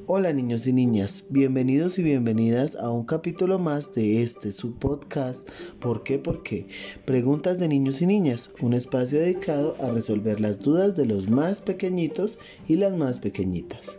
Hola niños y niñas, bienvenidos y bienvenidas a un capítulo más de su podcast ¿Por qué? ¿Por qué? Preguntas de niños y niñas, un espacio dedicado a resolver las dudas de los más pequeñitos y las más pequeñitas.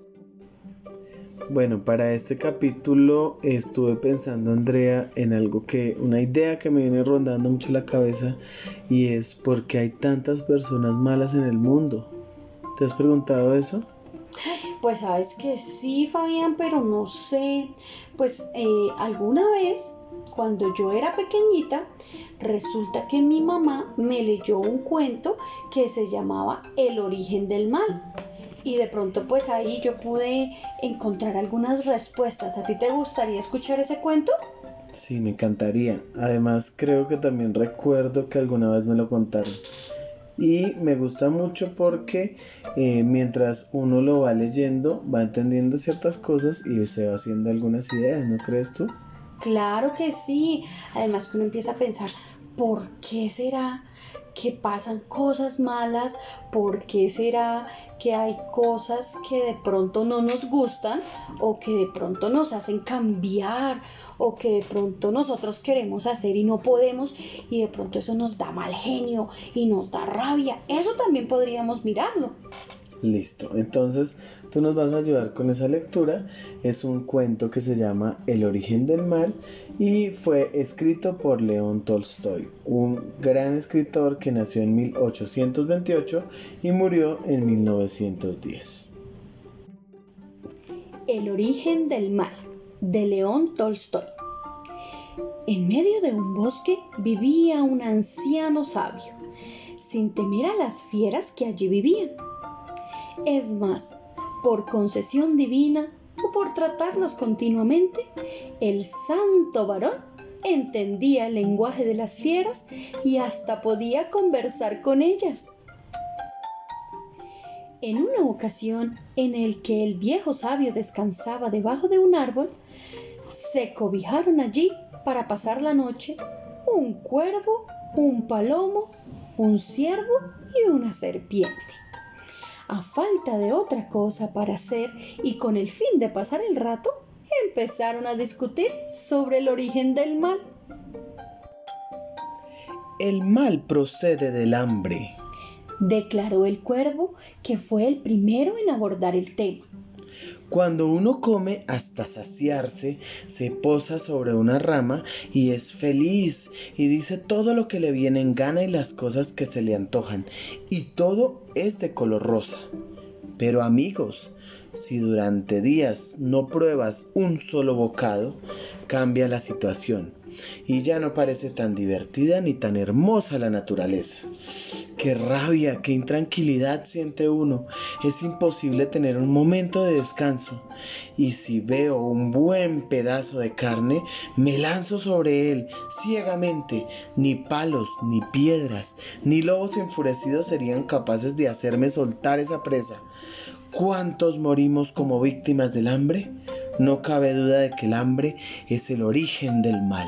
Bueno, para este capítulo estuve pensando, Andrea, en una idea que me viene rondando mucho la cabeza, y es ¿por qué hay tantas personas malas en el mundo? ¿Te has preguntado eso? Pues sabes que sí, Fabián, pero no sé. Pues alguna vez, cuando yo era pequeñita, resulta que mi mamá me leyó un cuento que se llamaba El origen del mal. Y de pronto pues ahí yo pude encontrar algunas respuestas. ¿A ti te gustaría escuchar ese cuento? Sí, me encantaría. Además, creo que también recuerdo que alguna vez me lo contaron. Y me gusta mucho porque mientras uno lo va leyendo, va entendiendo ciertas cosas y se va haciendo algunas ideas, ¿no crees tú? Claro que sí. Además que uno empieza a pensar, ¿por qué será que pasan cosas malas? ¿Por qué será que hay cosas que de pronto no nos gustan o que de pronto nos hacen cambiar o que de pronto nosotros queremos hacer y no podemos, y de pronto eso nos da mal genio y nos da rabia? Eso también podríamos mirarlo. Listo, entonces tú nos vas a ayudar con esa lectura. Es un cuento que se llama El origen del mal y fue escrito por León Tolstoy, un gran escritor que nació en 1828 y murió en 1910. El origen del mal, de León Tolstoy. En medio de un bosque vivía un anciano sabio, sin temer a las fieras que allí vivían. Es más, por concesión divina o por tratarlas continuamente, el santo varón entendía el lenguaje de las fieras y hasta podía conversar con ellas. En una ocasión en el que el viejo sabio descansaba debajo de un árbol, se cobijaron allí para pasar la noche un cuervo, un palomo, un ciervo y una serpiente. A falta de otra cosa para hacer y con el fin de pasar el rato, empezaron a discutir sobre el origen del mal. El mal procede del hambre, declaró el cuervo, que fue el primero en abordar el tema. Cuando uno come hasta saciarse, se posa sobre una rama y es feliz y dice todo lo que le viene en gana y las cosas que se le antojan, y todo es de color rosa. Pero amigos, si durante días no pruebas un solo bocado, cambia la situación y ya no parece tan divertida ni tan hermosa la naturaleza. Qué rabia, qué intranquilidad siente uno. Es imposible tener un momento de descanso. Y si veo un buen pedazo de carne, me lanzo sobre él ciegamente. Ni palos, ni piedras, ni lobos enfurecidos serían capaces de hacerme soltar esa presa. ¿Cuántos morimos como víctimas del hambre? No cabe duda de que el hambre es el origen del mal.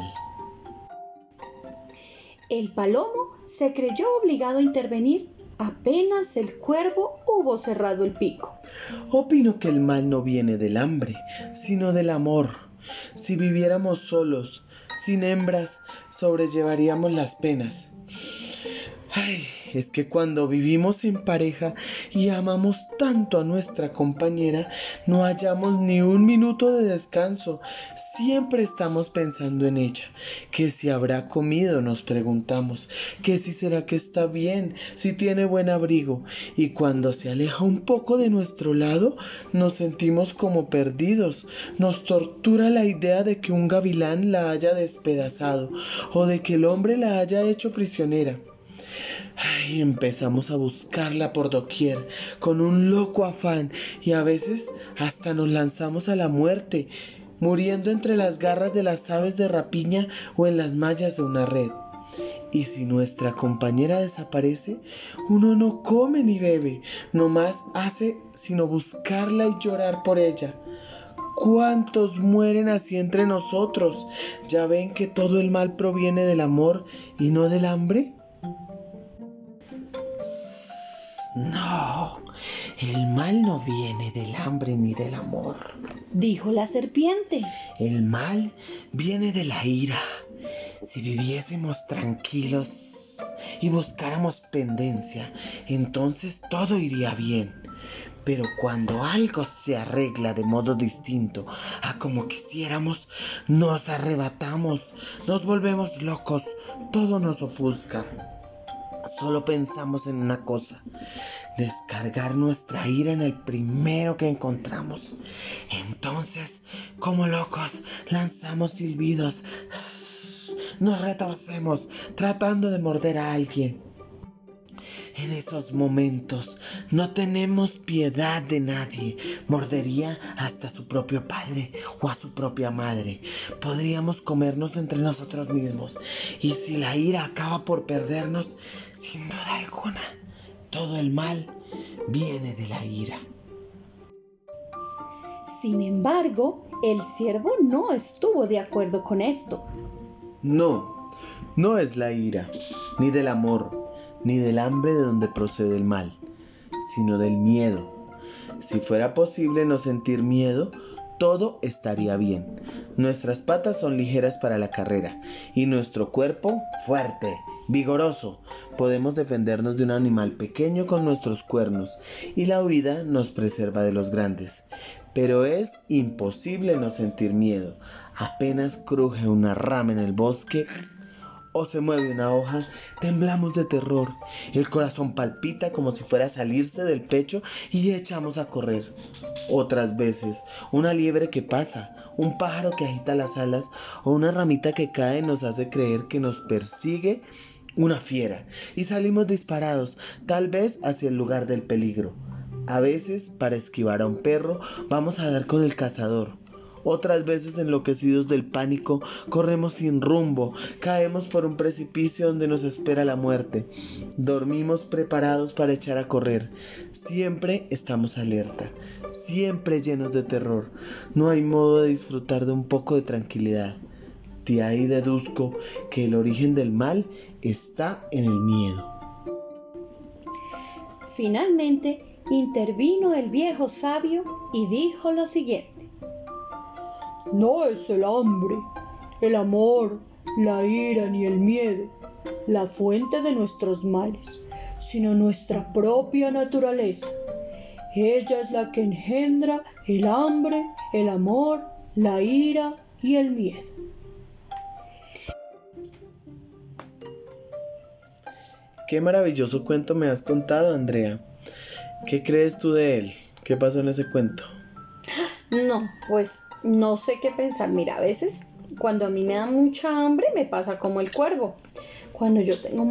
El palomo se creyó obligado a intervenir apenas el cuervo hubo cerrado el pico. Opino que el mal no viene del hambre, sino del amor. Si viviéramos solos, sin hembras, sobrellevaríamos las penas. Ay, es que cuando vivimos en pareja y amamos tanto a nuestra compañera, no hallamos ni un minuto de descanso. Siempre estamos pensando en ella, que si habrá comido, nos preguntamos, que si será que está bien, si tiene buen abrigo. Y cuando se aleja un poco de nuestro lado, nos sentimos como perdidos. Nos tortura la idea de que un gavilán la haya despedazado o de que el hombre la haya hecho prisionera. Ay, empezamos a buscarla por doquier con un loco afán y a veces hasta nos lanzamos a la muerte, muriendo entre las garras de las aves de rapiña o en las mallas de una red. Y si nuestra compañera desaparece, uno no come ni bebe, no más hace sino buscarla y llorar por ella. ¿Cuántos mueren así entre nosotros? ¿Ya ven que todo el mal proviene del amor y no del hambre? No, El mal no viene del hambre ni del amor, dijo la serpiente. el mal viene de la ira. Si viviésemos tranquilos y buscáramos pendencia, entonces todo iría bien. Pero cuando algo se arregla de modo distinto a como quisiéramos, nos arrebatamos, nos volvemos locos, todo nos ofusca. Solo pensamos en una cosa: descargar nuestra ira en el primero que encontramos. Entonces, como locos, lanzamos silbidos, nos retorcemos tratando de morder a alguien. En esos momentos no tenemos piedad de nadie. Mordería hasta a su propio padre o a su propia madre. Podríamos comernos entre nosotros mismos. Y si la ira acaba por perdernos, sin duda alguna, todo el mal viene de la ira. Sin embargo, el ciervo no estuvo de acuerdo con esto. No, no es la ira, ni del amor, ni del hambre de donde procede el mal, sino del miedo. Si fuera posible no sentir miedo, todo estaría bien. Nuestras patas son ligeras para la carrera y nuestro cuerpo fuerte, vigoroso. Podemos defendernos de un animal pequeño con nuestros cuernos y la huida nos preserva de los grandes. Pero es imposible no sentir miedo. Apenas cruje una rama en el bosque o se mueve una hoja, temblamos de terror. El corazón palpita como si fuera a salirse del pecho y echamos a correr. Otras veces, una liebre que pasa, un pájaro que agita las alas o una ramita que cae nos hace creer que nos persigue una fiera y salimos disparados, tal vez hacia el lugar del peligro. A veces, para esquivar a un perro, vamos a dar con el cazador. Otras veces, enloquecidos del pánico, corremos sin rumbo, caemos por un precipicio donde nos espera la muerte. Dormimos preparados para echar a correr. Siempre estamos alerta, siempre llenos de terror. No hay modo de disfrutar de un poco de tranquilidad. De ahí deduzco que el origen del mal está en el miedo. Finalmente, intervino el viejo sabio y dijo lo siguiente. No es el hambre, el amor, la ira ni el miedo la fuente de nuestros males, sino nuestra propia naturaleza. Ella es la que engendra el hambre, el amor, la ira y el miedo. Qué maravilloso cuento me has contado, Andrea. ¿Qué crees tú de él? ¿Qué pasó en ese cuento? No, pues no sé qué pensar. Mira, a veces cuando a mí me da mucha hambre me pasa como el cuervo. Cuando yo tengo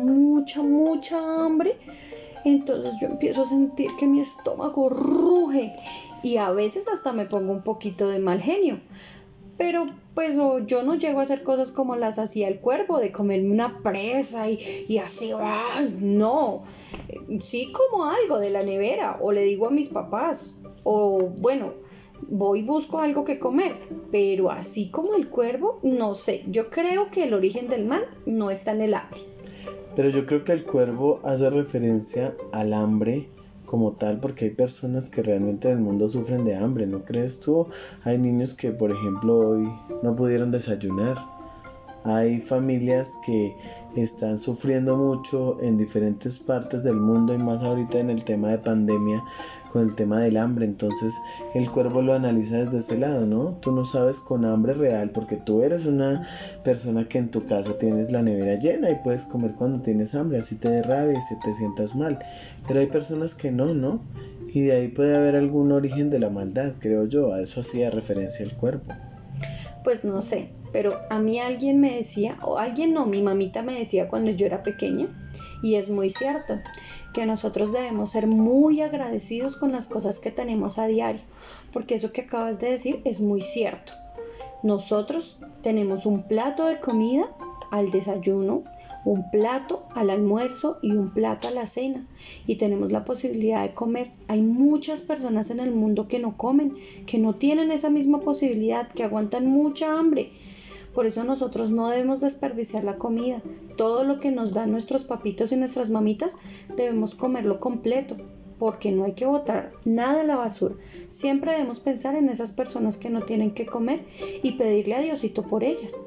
mucha hambre, entonces yo empiezo a sentir que mi estómago ruge y a veces hasta me pongo un poquito de mal genio. Pero pues yo no llego a hacer cosas como las hacía el cuervo, de comerme una presa y así, ¡ay! No. Sí como algo de la nevera, o le digo a mis papás, o bueno, voy y busco algo que comer, pero así como el cuervo, no sé. Yo creo que el origen del mal no está en el hambre. Pero yo creo que el cuervo hace referencia al hambre como tal, porque hay personas que realmente en el mundo sufren de hambre, ¿no crees tú? Hay niños que, por ejemplo, hoy no pudieron desayunar. Hay familias que están sufriendo mucho en diferentes partes del mundo y más ahorita en el tema de pandemia con el tema del hambre. Entonces el cuervo lo analiza desde ese lado, ¿no? Tú no sabes con hambre real porque tú eres una persona que en tu casa tienes la nevera llena y puedes comer cuando tienes hambre, así te dé rabia y si te sientas mal. Pero hay personas que no, ¿no? Y de ahí puede haber algún origen de la maldad, creo yo. A eso hacía referencia el cuervo. Pues no sé, pero a mí alguien me decía, o alguien no, mi mamita me decía cuando yo era pequeña, y es muy cierto, que nosotros debemos ser muy agradecidos con las cosas que tenemos a diario, porque eso que acabas de decir es muy cierto. Nosotros tenemos un plato de comida al desayuno, un plato al almuerzo y un plato a la cena, y tenemos la posibilidad de comer. Hay muchas personas en el mundo que no comen, que no tienen esa misma posibilidad, que aguantan mucha hambre. Por eso nosotros no debemos desperdiciar la comida. Todo lo que nos dan nuestros papitos y nuestras mamitas debemos comerlo completo, porque no hay que botar nada a la basura. Siempre debemos pensar en esas personas que no tienen que comer y pedirle a Diosito por ellas.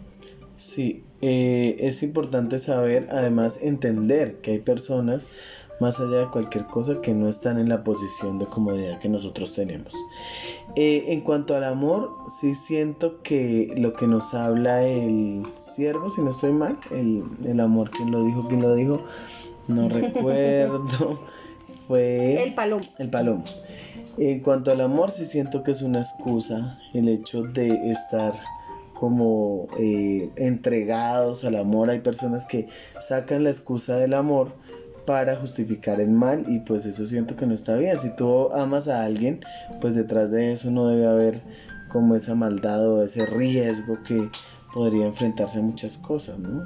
Sí, es importante saber, además entender que hay personas, más allá de cualquier cosa, que no están en la posición de comodidad que nosotros tenemos. En cuanto al amor, sí siento que lo que nos habla el siervo, si no estoy mal, el amor, ¿quién lo dijo? No recuerdo, fue El palomo. el palomo. En cuanto al amor, sí siento que es una excusa el hecho de estar como entregados al amor. Hay personas que sacan la excusa del amor para justificar el mal y pues eso siento que no está bien. Si tú amas a alguien, pues detrás de eso no debe haber como esa maldad o ese riesgo que podría enfrentarse a muchas cosas, ¿no?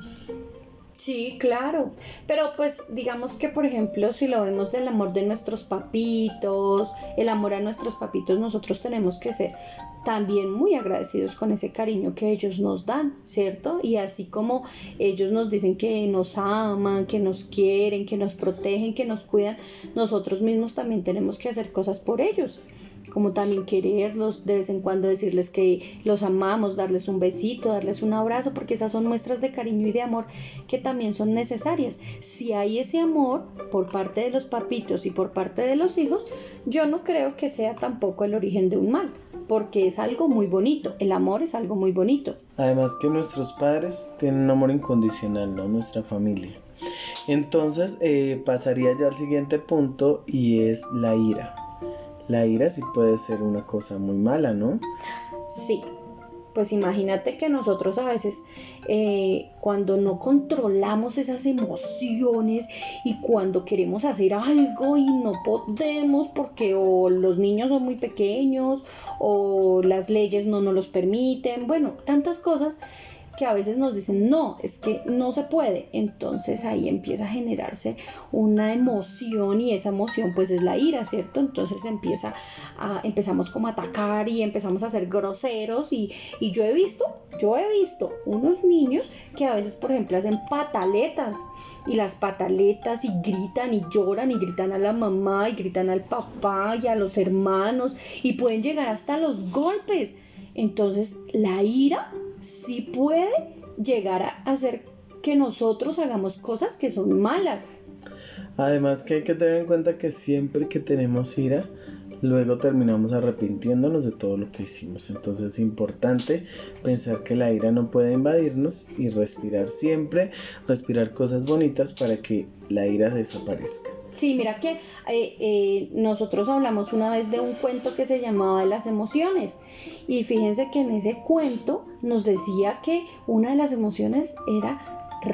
Sí, claro, pero pues digamos que por ejemplo si lo vemos del amor de nuestros papitos, el amor a nuestros papitos, nosotros tenemos que ser también muy agradecidos con ese cariño que ellos nos dan, ¿cierto? Y así como ellos nos dicen que nos aman, que nos quieren, que nos protegen, que nos cuidan, nosotros mismos también tenemos que hacer cosas por ellos, como también quererlos, de vez en cuando decirles que los amamos, darles un besito, darles un abrazo, porque esas son muestras de cariño y de amor que también son necesarias. Si hay ese amor por parte de los papitos y por parte de los hijos, yo no creo que sea tampoco el origen de un mal, porque es algo muy bonito, el amor es algo muy bonito. Además que nuestros padres tienen un amor incondicional, ¿no? Nuestra familia. Entonces pasaría ya al siguiente punto y es la ira. La ira sí puede ser una cosa muy mala, ¿no? Sí, pues imagínate que nosotros a veces cuando no controlamos esas emociones y cuando queremos hacer algo y no podemos porque o los niños son muy pequeños o las leyes no nos los permiten, bueno, tantas cosas que a veces nos dicen no, es que no se puede, entonces ahí empieza a generarse una emoción y esa emoción pues es la ira, ¿cierto? Entonces empezamos como a atacar y empezamos a ser groseros y yo he visto unos niños que a veces por ejemplo hacen pataletas y las pataletas y lloran y gritan a la mamá y gritan al papá y a los hermanos y pueden llegar hasta los golpes. Entonces la ira sí puede llegar a hacer que nosotros hagamos cosas que son malas. Además que hay que tener en cuenta que siempre que tenemos ira, luego terminamos arrepintiéndonos de todo lo que hicimos. Entonces es importante pensar que la ira no puede invadirnos y respirar siempre, respirar cosas bonitas para que la ira desaparezca. Sí, mira que nosotros hablamos una vez de un cuento que se llamaba Las emociones y fíjense que en ese cuento nos decía que una de las emociones era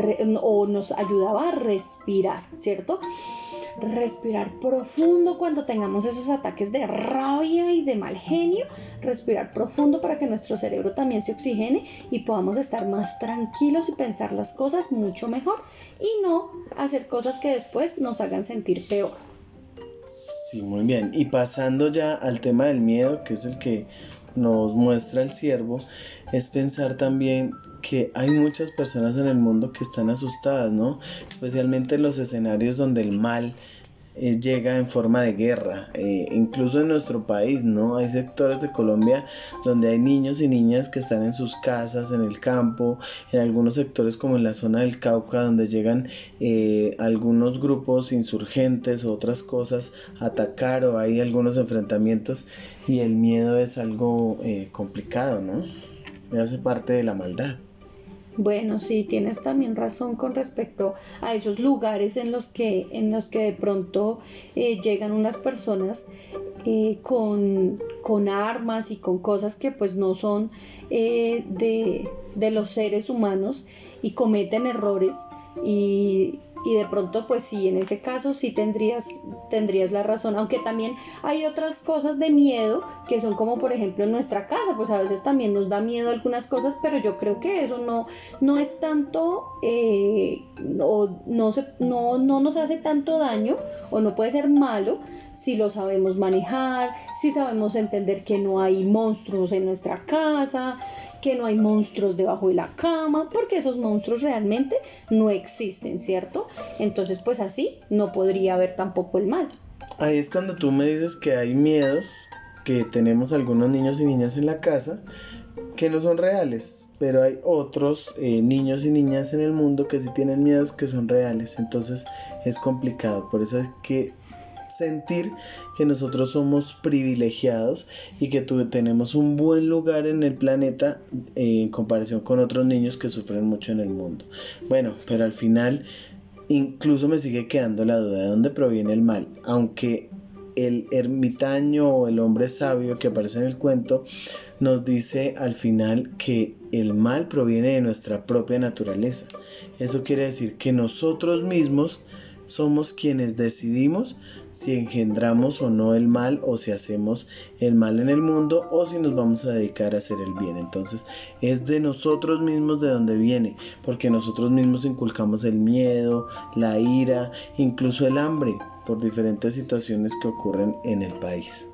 o nos ayudaba a respirar, ¿cierto? Respirar profundo cuando tengamos esos ataques de rabia y de mal genio, respirar profundo para que nuestro cerebro también se oxigene y podamos estar más tranquilos y pensar las cosas mucho mejor y no hacer cosas que después nos hagan sentir peor. Sí, muy bien. Y pasando ya al tema del miedo, que es el que nos muestra el siervo, es pensar también que hay muchas personas en el mundo que están asustadas, ¿no? Especialmente en los escenarios donde el mal llega en forma de guerra, incluso en nuestro país, ¿no? Hay sectores de Colombia donde hay niños y niñas que están en sus casas, en el campo, en algunos sectores como en la zona del Cauca, donde llegan algunos grupos insurgentes o otras cosas a atacar o hay algunos enfrentamientos y el miedo es algo complicado, ¿no? Hace parte de la maldad. Bueno, sí, tienes también razón con respecto a esos lugares en los que de pronto llegan unas personas con armas y con cosas que pues no son de los seres humanos y cometen errores y de pronto pues sí, en ese caso sí tendrías la razón, aunque también hay otras cosas de miedo que son como por ejemplo en nuestra casa, pues a veces también nos da miedo algunas cosas, pero yo creo que eso no es tanto o no nos hace tanto daño o no puede ser malo si lo sabemos manejar, si sabemos entender que no hay monstruos en nuestra casa, que no hay monstruos debajo de la cama, porque esos monstruos realmente no existen, ¿cierto? Entonces, pues así no podría haber tampoco el mal. ahí es cuando tú me dices que hay miedos que tenemos algunos niños y niñas en la casa que no son reales, pero hay otros niños y niñas en el mundo que sí tienen miedos que son reales, entonces es complicado. Por eso es que sentir que nosotros somos privilegiados y que tenemos un buen lugar en el planeta en comparación con otros niños que sufren mucho en el mundo. Bueno, pero al final incluso me sigue quedando la duda de dónde proviene el mal, aunque el ermitaño o el hombre sabio que aparece en el cuento nos dice al final que el mal proviene de nuestra propia naturaleza. Eso quiere decir que nosotros mismos somos quienes decidimos si engendramos o no el mal, o si hacemos el mal en el mundo, o si nos vamos a dedicar a hacer el bien. Entonces es de nosotros mismos de donde viene, porque nosotros mismos inculcamos el miedo, la ira, incluso el hambre, por diferentes situaciones que ocurren en el país.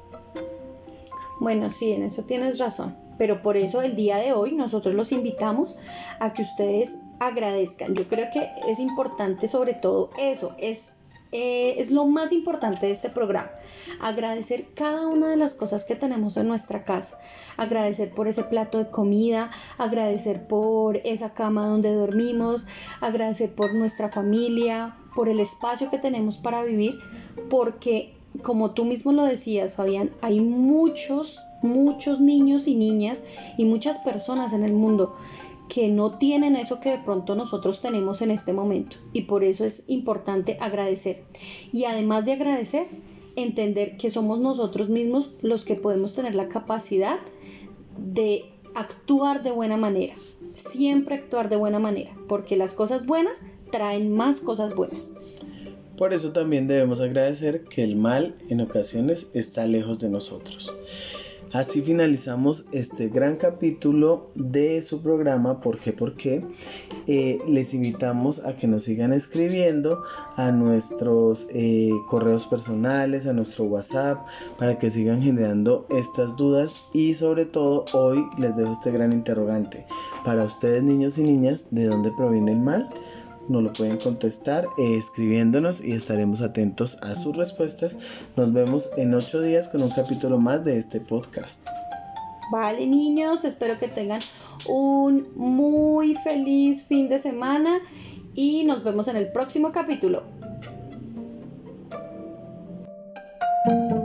Bueno, sí, en eso tienes razón, pero por eso el día de hoy nosotros los invitamos a que ustedes agradezcan. Yo creo que es importante sobre todo eso, es lo más importante de este programa, agradecer cada una de las cosas que tenemos en nuestra casa, agradecer por ese plato de comida, agradecer por esa cama donde dormimos, agradecer por nuestra familia, por el espacio que tenemos para vivir, porque como tú mismo lo decías, Fabián, hay muchos niños y niñas y muchas personas en el mundo que no tienen eso que de pronto nosotros tenemos en este momento, y por eso es importante agradecer, y además de agradecer, entender que somos nosotros mismos los que podemos tener la capacidad de actuar de buena manera, siempre actuar de buena manera, porque las cosas buenas traen más cosas buenas. Por eso también debemos agradecer que el mal en ocasiones está lejos de nosotros. Así finalizamos este gran capítulo de su programa ¿Por qué? ¿Por qué? Les invitamos a que nos sigan escribiendo a nuestros correos personales, a nuestro WhatsApp, para que sigan generando estas dudas, y sobre todo hoy les dejo este gran interrogante. Para ustedes, niños y niñas, ¿de dónde proviene el mal? Nos lo pueden contestar escribiéndonos y estaremos atentos a sus respuestas. Nos vemos en 8 días con un capítulo más de este podcast. Vale, niños, espero que tengan un muy feliz fin de semana y nos vemos en el próximo capítulo.